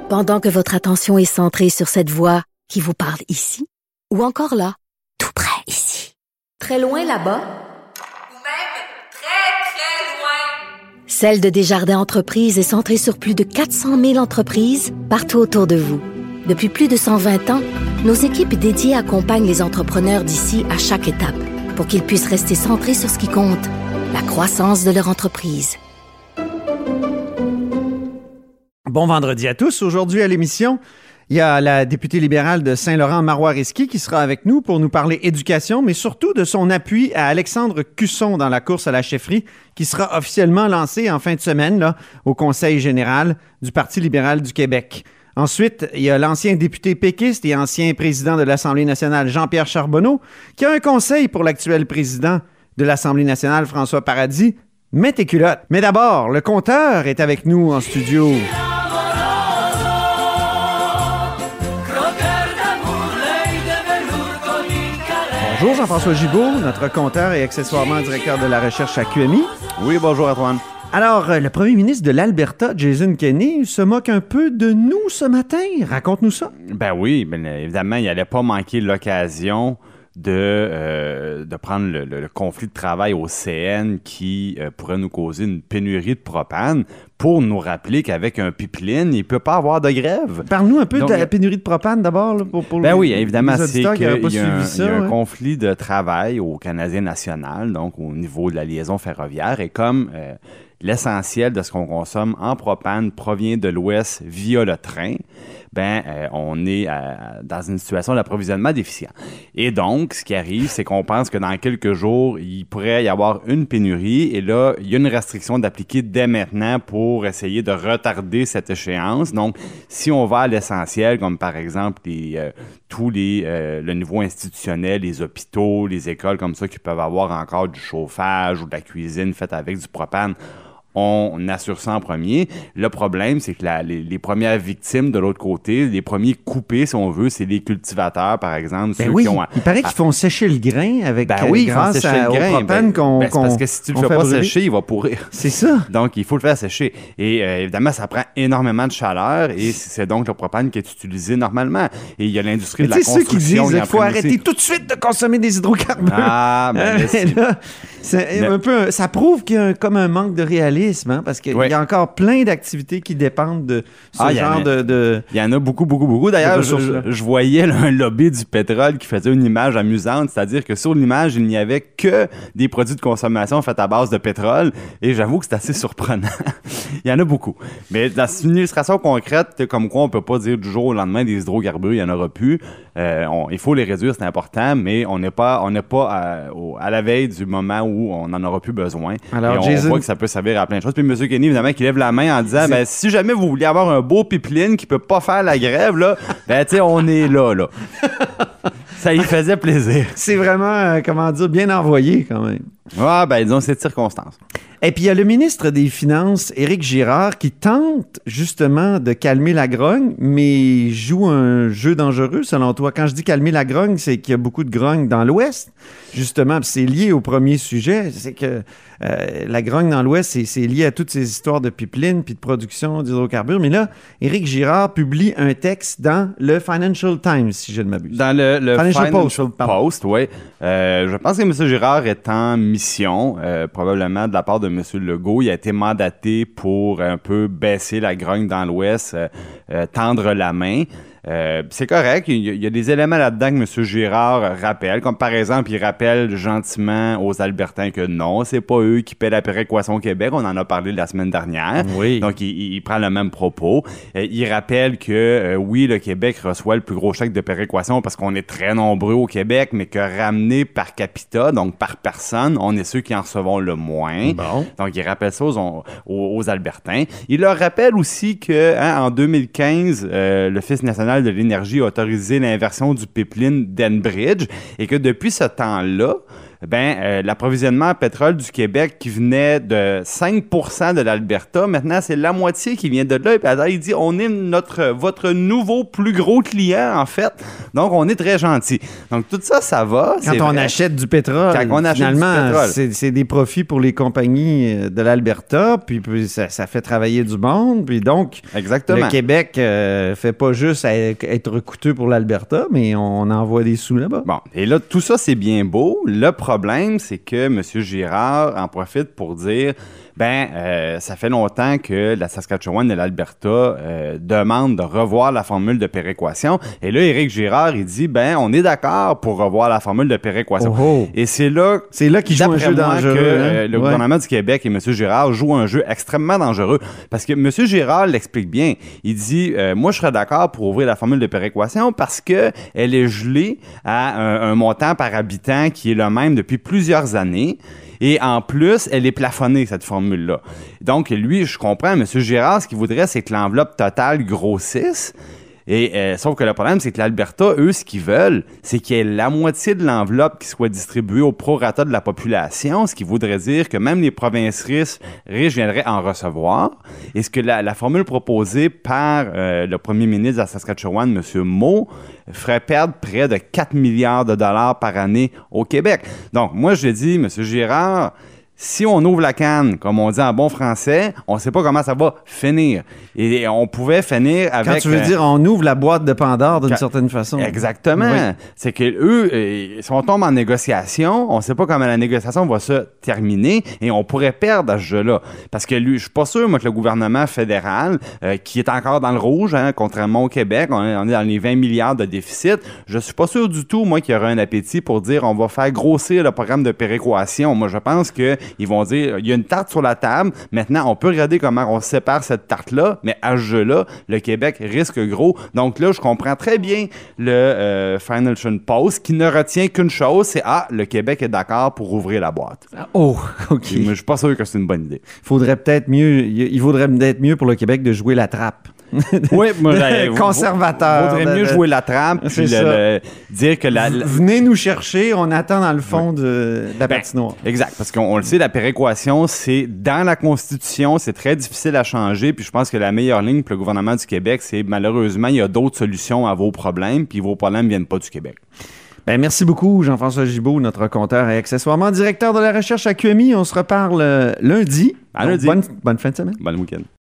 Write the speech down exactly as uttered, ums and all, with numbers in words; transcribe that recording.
Pendant que votre attention est centrée sur cette voix qui vous parle ici, ou encore là, tout près ici, très loin là-bas, ou même très, très loin. Celle de Desjardins Entreprises est centrée sur plus de quatre cent mille entreprises partout autour de vous. Depuis plus de cent vingt ans, nos équipes dédiées accompagnent les entrepreneurs d'ici à chaque étape pour qu'ils puissent rester centrés sur ce qui compte, la croissance de leur entreprise. Bon vendredi à tous. Aujourd'hui à l'émission, il y a la députée libérale de Saint-Laurent, Marois Risky, qui sera avec nous pour nous parler éducation, mais surtout de son appui à Alexandre Cusson dans la course à la chefferie, qui sera officiellement lancée en fin de semaine là, au Conseil général du Parti libéral du Québec. Ensuite, il y a l'ancien député péquiste et ancien président de l'Assemblée nationale, Jean-Pierre Charbonneau, qui a un conseil pour l'actuel président de l'Assemblée nationale, François Paradis. Mets tes culottes. Mais d'abord, le compteur est avec nous en studio. Bonjour Jean-François Gibault, notre compteur et accessoirement directeur de la recherche à Q M I. Oui, bonjour Antoine. Alors, le premier ministre de l'Alberta, Jason Kenney, se moque un peu de nous ce matin. Raconte-nous ça. Ben oui, ben évidemment, il n'allait pas manquer l'occasion de, euh, de prendre le, le, le conflit de travail au C N qui euh, pourrait nous causer une pénurie de propane pour nous rappeler qu'avec un pipeline, il ne peut pas avoir de grève. Parle-nous un peu Donc, de la pénurie de propane d'abord. Là, pour, pour ben les, oui, évidemment, c'est qu'il y a, y a, un, ça, il y a un ouais. conflit de travail au Canadien national, donc au niveau de la liaison ferroviaire, et comme euh, l'essentiel de ce qu'on consomme en propane provient de l'Ouest via le train, ben euh, on est euh, dans une situation d'approvisionnement déficient. Et donc, ce qui arrive, c'est qu'on pense que dans quelques jours, il pourrait y avoir une pénurie, et là, il y a une restriction d'appliquer dès maintenant pour essayer de retarder cette échéance. Donc, si on va à l'essentiel, comme par exemple les, euh, tous les, euh, le niveau institutionnel, les hôpitaux, les écoles comme ça qui peuvent avoir encore du chauffage ou de la cuisine faite avec du propane, on assure ça en premier. Le problème, c'est que la, les, les premières victimes de l'autre côté, les premiers coupés, si on veut, c'est les cultivateurs, par exemple. Ben ceux oui, qui ont il paraît qu'ils font sécher le grain avec ben oui, grâce sécher à, le grain. au propane ben, qu'on, ben, c'est qu'on parce que si tu le fais fait pas brûler. sécher, il va pourrir. C'est ça. Donc, il faut le faire sécher. Et euh, évidemment, ça prend énormément de chaleur et c'est donc le propane qui est utilisé normalement. Et il y a l'industrie mais de la construction. Tu sais ceux qui disent qu'il faut arrêter aussi. tout de suite de consommer des hydrocarbures. Ah, ben là, c'est... là, c'est mais... un peu, ça prouve qu'il y a un, comme un manque de réalisme, hein, parce qu'il oui. y a encore plein d'activités qui dépendent de ce ah, genre a, de, de... Il y en a beaucoup, beaucoup, beaucoup. D'ailleurs, je, je, je voyais là, un lobby du pétrole qui faisait une image amusante, c'est-à-dire que sur l'image, il n'y avait que des produits de consommation faits à base de pétrole, et j'avoue que c'est assez surprenant. Il y en a beaucoup. Mais dans une illustration concrète, comme quoi on ne peut pas dire du jour au lendemain des hydrocarbures, il n'y en aura plus. Euh, on, il faut les réduire, c'est important, mais on n'est pas, on n'est pas à, au, à la veille du moment où on n'en aura plus besoin. Alors, et on Jason... voit que ça peut servir à plein de choses. Puis M. Kenney, évidemment, qui lève la main en disant, ben, si jamais vous voulez avoir un beau pipeline qui peut pas faire la grève, là, ben, tu sais, on est là, là. Ça y faisait plaisir. C'est vraiment, euh, comment dire, bien envoyé, quand même. Ah, ben, disons, c'est de circonstance. Et puis, il y a le ministre des Finances, Éric Girard, qui tente justement de calmer la grogne, mais joue un jeu dangereux, selon toi. Quand je dis calmer la grogne, c'est qu'il y a beaucoup de grogne dans l'Ouest, justement. Puis c'est lié au premier sujet. C'est que euh, la grogne dans l'Ouest, c'est, c'est lié à toutes ces histoires de pipeline puis de production d'hydrocarbures. Mais là, Éric Girard publie un texte dans le Financial Times, si je ne m'abuse. Dans le, le Financial, Financial Post, Post oui. Euh, je pense que M. Girard est en mission, euh, probablement de la part de M. Legault. Il a été mandaté pour un peu baisser la grogne dans l'Ouest, euh, euh, tendre la main. Euh, c'est correct, il y, a, il y a des éléments là-dedans que M. Girard rappelle, comme par exemple, il rappelle gentiment aux Albertains que non, c'est pas eux qui paient la péréquation au Québec, on en a parlé la semaine dernière, oui. Donc il, il prend le même propos. Euh, il rappelle que euh, oui, le Québec reçoit le plus gros chèque de péréquation parce qu'on est très nombreux au Québec, mais que ramené par capita, donc par personne, on est ceux qui en recevons le moins. Bon. Donc il rappelle ça aux, aux, aux Albertains. Il leur rappelle aussi que hein, en deux mille quinze, euh, l'Office national de l'énergie a autorisé l'inversion du pipeline d'Enbridge et que depuis ce temps-là, ben, euh, l'approvisionnement en pétrole du Québec qui venait de cinq pour cent de l'Alberta, maintenant, c'est la moitié qui vient de là. Et puis, il dit, on est notre, votre nouveau plus gros client, en fait. Donc, on est très gentil. Donc, tout ça, ça va. Quand on vrai. achète du pétrole, Quand on achète finalement, du pétrole. C'est, c'est des profits pour les compagnies de l'Alberta, puis, puis ça, ça fait travailler du monde. Puis donc, Exactement. le Québec euh, fait pas juste être coûteux pour l'Alberta, mais on envoie des sous là-bas. Bon, et là, tout ça, c'est bien beau. Le problème, c'est que M. Girard en profite pour dire ben, euh, ça fait longtemps que la Saskatchewan et l'Alberta euh, demandent de revoir la formule de péréquation. Et là, Éric Girard, il dit, ben, on est d'accord pour revoir la formule de péréquation. Oh oh. Et c'est là, c'est là qu'il joue un jeu dangereux. Que, hein? euh, le ouais. gouvernement du Québec et M. Girard jouent un jeu extrêmement dangereux. Parce que M. Girard l'explique bien. Il dit, euh, moi, je serais d'accord pour ouvrir la formule de péréquation parce que elle est gelée à un, un montant par habitant qui est le même depuis plusieurs années. Et en plus, elle est plafonnée, cette formule-là. Donc, lui, je comprends, M. Girard, ce qu'il voudrait, c'est que l'enveloppe totale grossisse. Et, euh, sauf que le problème, c'est que l'Alberta, eux, ce qu'ils veulent, c'est qu'il y ait la moitié de l'enveloppe qui soit distribuée au prorata de la population, ce qui voudrait dire que même les provinces riches, riches viendraient en recevoir. Et ce que la, la formule proposée par euh, le premier ministre de la Saskatchewan, M. Moe, ferait perdre près de quatre milliards de dollars par année au Québec. Donc, moi, je dis, M. Girard, si on ouvre la canne, comme on dit en bon français, on ne sait pas comment ça va finir. Et on pouvait finir avec... Quand tu veux euh, dire, on ouvre la boîte de Pandore d'une quand, certaine façon. Exactement. Oui. C'est qu'eux, euh, si on tombe en négociation, on ne sait pas comment la négociation va se terminer et on pourrait perdre à ce jeu-là. Parce que lui, je suis pas sûr, moi, que le gouvernement fédéral, euh, qui est encore dans le rouge, hein, contrairement au Québec, on est, on est dans les vingt milliards de déficit, je suis pas sûr du tout, moi, qu'il y aura un appétit pour dire on va faire grossir le programme de péréquation. Moi, je pense que ils vont dire, il y a une tarte sur la table, maintenant, on peut regarder comment on sépare cette tarte-là, mais à ce jeu-là, le Québec risque gros. Donc là, je comprends très bien le euh, Financial Post qui ne retient qu'une chose, c'est, ah, le Québec est d'accord pour ouvrir la boîte. Oh, OK. Mais je suis pas sûr que c'est une bonne idée. Faudrait peut-être mieux, il vaudrait peut-être mieux pour le Québec de jouer la trappe. Oui, moi, là, conservateur. Il vaudrait mieux de, jouer la trappe puis le, le, dire que la, la... Venez nous chercher, on attend dans le fond oui. de, de la ben, patinoire. Exact, parce qu'on on le sait, la péréquation, c'est dans la Constitution, c'est très difficile à changer, puis je pense que la meilleure ligne pour le gouvernement du Québec, c'est malheureusement, il y a d'autres solutions à vos problèmes, puis vos problèmes ne viennent pas du Québec. Ben, merci beaucoup, Jean-François Gibault, notre compteur et accessoirement directeur de la recherche à Q M I. On se reparle euh, lundi. À lundi. Bonne, bonne fin de semaine. Bon week-end.